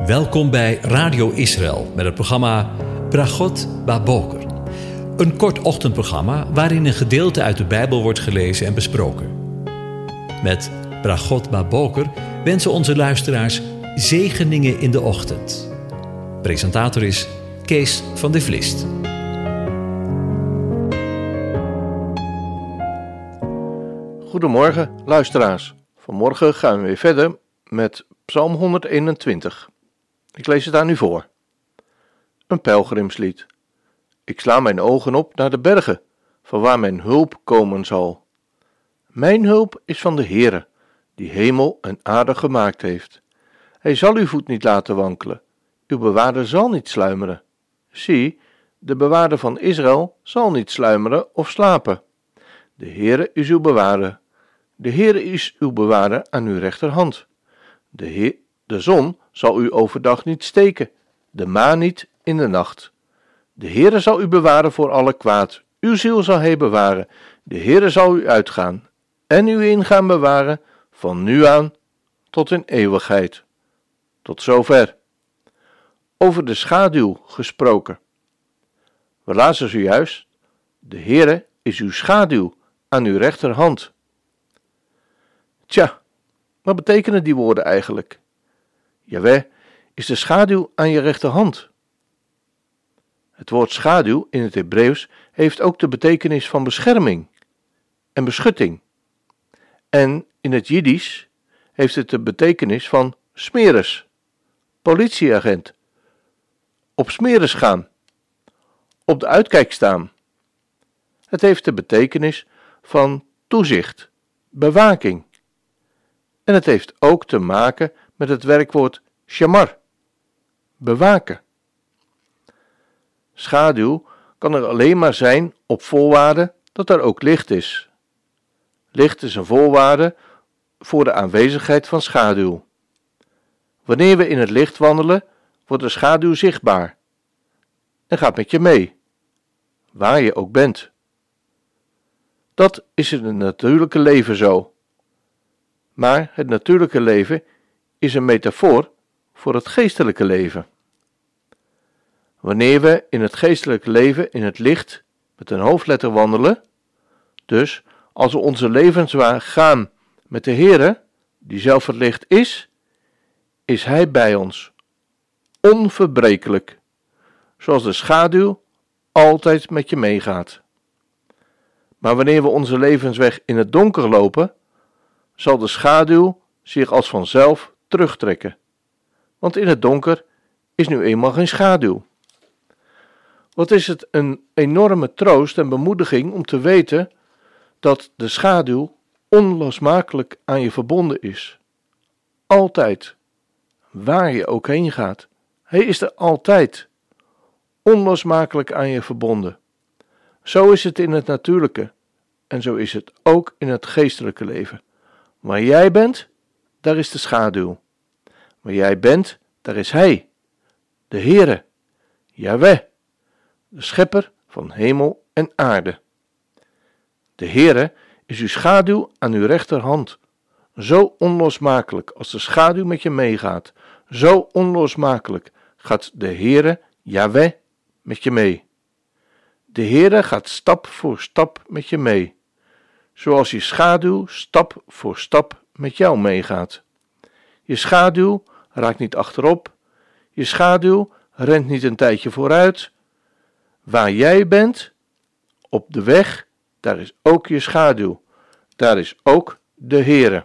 Welkom bij Radio Israël met het programma Bragot Baboker. Een kort ochtendprogramma waarin een gedeelte uit de Bijbel wordt gelezen en besproken. Met Bragot Baboker wensen onze luisteraars zegeningen in de ochtend. Presentator is Kees van de Vlist. Goedemorgen luisteraars. Vanmorgen gaan we weer verder met Psalm 121. Ik lees het aan u voor. Een pelgrimslied. Ik sla mijn ogen op naar de bergen, van waar mijn hulp komen zal. Mijn hulp is van de Heere, die hemel en aarde gemaakt heeft. Hij zal uw voet niet laten wankelen. Uw bewaarder zal niet sluimeren. Zie, de bewaarder van Israël zal niet sluimeren of slapen. De Heere is uw bewaarder. De Heere is uw bewaarder aan uw rechterhand. De zon zal u overdag niet steken, de maan niet in de nacht. De Heere zal u bewaren voor alle kwaad. Uw ziel zal hij bewaren. De Heere zal u uitgaan en uw ingaan bewaren van nu aan tot in eeuwigheid. Tot zover. Over de schaduw gesproken. We lazen zojuist: de Heere is uw schaduw aan uw rechterhand. Tja, wat betekenen die woorden eigenlijk? Jaweh is de schaduw aan je rechterhand. Het woord schaduw in het Hebreeuws heeft ook de betekenis van bescherming en beschutting. En in het Jiddisch heeft het de betekenis van smeres, politieagent, op smeres gaan, op de uitkijk staan. Het heeft de betekenis van toezicht, bewaking. En het heeft ook te maken met het werkwoord shamar, bewaken. Schaduw kan er alleen maar zijn op voorwaarde dat er ook licht is. Licht is een voorwaarde voor de aanwezigheid van schaduw. Wanneer we in het licht wandelen, wordt de schaduw zichtbaar en gaat met je mee, waar je ook bent. Dat is in het natuurlijke leven zo. Maar het natuurlijke leven is een metafoor voor het geestelijke leven. Wanneer we in het geestelijke leven in het licht met een hoofdletter wandelen, dus als we onze levensweg gaan met de Heere, die zelf het licht is Hij bij ons, onverbrekelijk, zoals de schaduw altijd met je meegaat. Maar wanneer we onze levensweg in het donker lopen, zal de schaduw zich als vanzelf terugtrekken, want in het donker is nu eenmaal geen schaduw. Wat is het een enorme troost en bemoediging om te weten dat de schaduw onlosmakelijk aan je verbonden is. Altijd, waar je ook heen gaat. Hij is er altijd, onlosmakelijk aan je verbonden. Zo is het in het natuurlijke en zo is het ook in het geestelijke leven. Waar jij bent, daar is de schaduw. Waar jij bent, daar is Hij, de Heere, Jahweh, de schepper van hemel en aarde. De Heere is uw schaduw aan uw rechterhand. Zo onlosmakelijk als de schaduw met je meegaat, zo onlosmakelijk gaat de Heere, Jahweh, met je mee. De Heere gaat stap voor stap met je mee, zoals je schaduw stap voor stap met jou meegaat. Je schaduw raakt niet achterop, je schaduw rent niet een tijdje vooruit. Waar jij bent, op de weg, daar is ook je schaduw, daar is ook de Heere.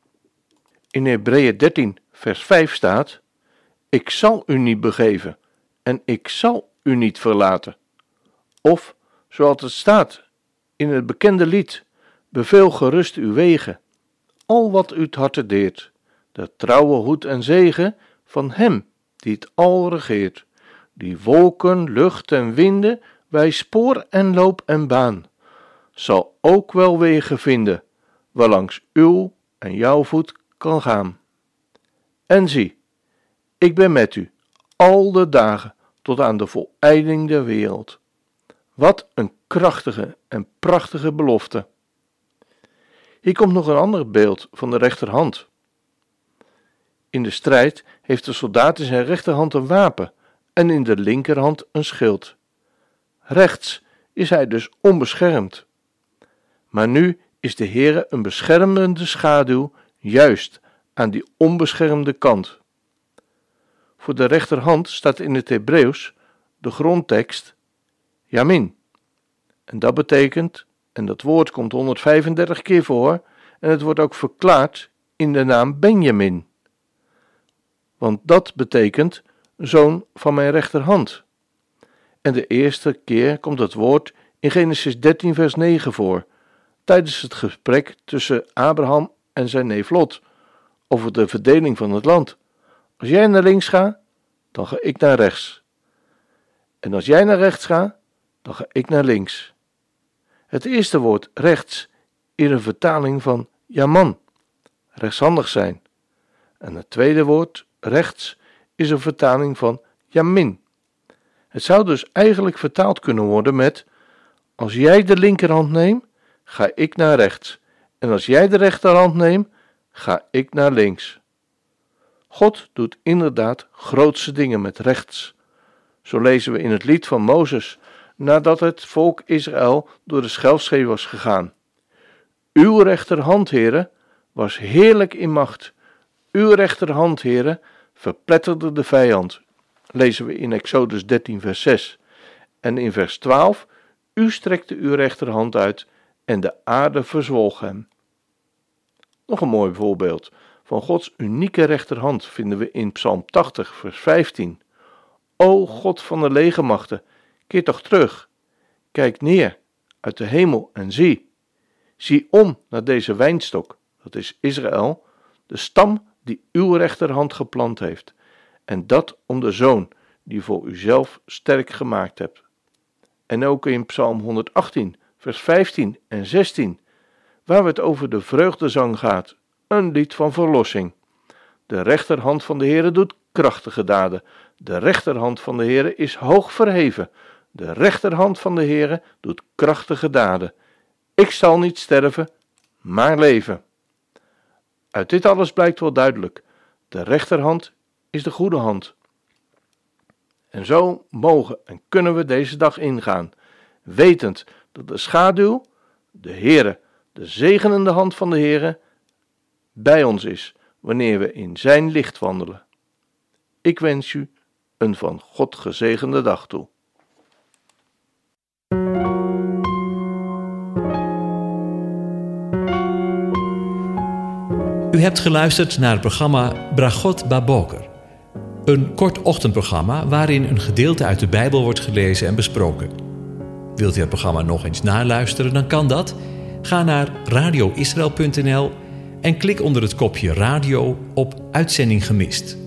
In Hebreeën 13 vers 5 staat: ik zal u niet begeven en ik zal u niet verlaten. Of, zoals het staat in het bekende lied: beveel gerust uw wegen, al wat u het harte deert, de trouwe hoed en zegen van hem die het al regeert, die wolken, lucht en winden, bij spoor en loop en baan, zal ook wel wegen vinden, waarlangs uw en jouw voet kan gaan. En zie, ik ben met u, al de dagen, tot aan de voleinding der wereld. Wat een krachtige en prachtige belofte. Hier komt nog een ander beeld van de rechterhand. In de strijd heeft de soldaat in zijn rechterhand een wapen en in de linkerhand een schild. Rechts is hij dus onbeschermd. Maar nu is de Heere een beschermende schaduw juist aan die onbeschermde kant. Voor de rechterhand staat in het Hebreeuws de grondtekst Yamin. En dat betekent, en dat woord komt 135 keer voor, en het wordt ook verklaard in de naam Benjamin. Want dat betekent zoon van mijn rechterhand. En de eerste keer komt het woord in Genesis 13 vers 9 voor, tijdens het gesprek tussen Abraham en zijn neef Lot over de verdeling van het land. Als jij naar links gaat, dan ga ik naar rechts. En als jij naar rechts gaat, dan ga ik naar links. Het eerste woord rechts is een vertaling van Yaman, rechtshandig zijn. En het tweede woord rechts is een vertaling van Yamin. Het zou dus eigenlijk vertaald kunnen worden met: als jij de linkerhand neemt, ga ik naar rechts. En als jij de rechterhand neemt, ga ik naar links. God doet inderdaad grootse dingen met rechts. Zo lezen we in het lied van Mozes, nadat het volk Israël door de Schelfzee was gegaan. Uw rechterhand, Heere, was heerlijk in macht. Uw rechterhand, Heere, verpletterde de vijand. Lezen we in Exodus 13 vers 6. En in vers 12, u strekte uw rechterhand uit en de aarde verzwolg hem. Nog een mooi voorbeeld van Gods unieke rechterhand vinden we in Psalm 80 vers 15. O God van de legermachten, keer toch terug. Kijk neer uit de hemel en zie. Zie om naar deze wijnstok, dat is Israël, de stam die uw rechterhand geplant heeft. En dat om de zoon die voor uzelf sterk gemaakt hebt. En ook in Psalm 118 vers 15 en 16, waar het over de vreugdezang gaat, een lied van verlossing. De rechterhand van de Heere doet krachtige daden. De rechterhand van de Heere is hoog verheven. De rechterhand van de Heere doet krachtige daden. Ik zal niet sterven, maar leven. Uit dit alles blijkt wel duidelijk: de rechterhand is de goede hand. En zo mogen en kunnen we deze dag ingaan, wetend dat de schaduw, de Heere, de zegenende hand van de Heere, bij ons is wanneer we in zijn licht wandelen. Ik wens u een van God gezegende dag toe. U hebt geluisterd naar het programma Bragot Baboker. Een kort ochtendprogramma waarin een gedeelte uit de Bijbel wordt gelezen en besproken. Wilt u het programma nog eens naluisteren, dan kan dat. Ga naar radioisrael.nl en klik onder het kopje radio op Uitzending gemist.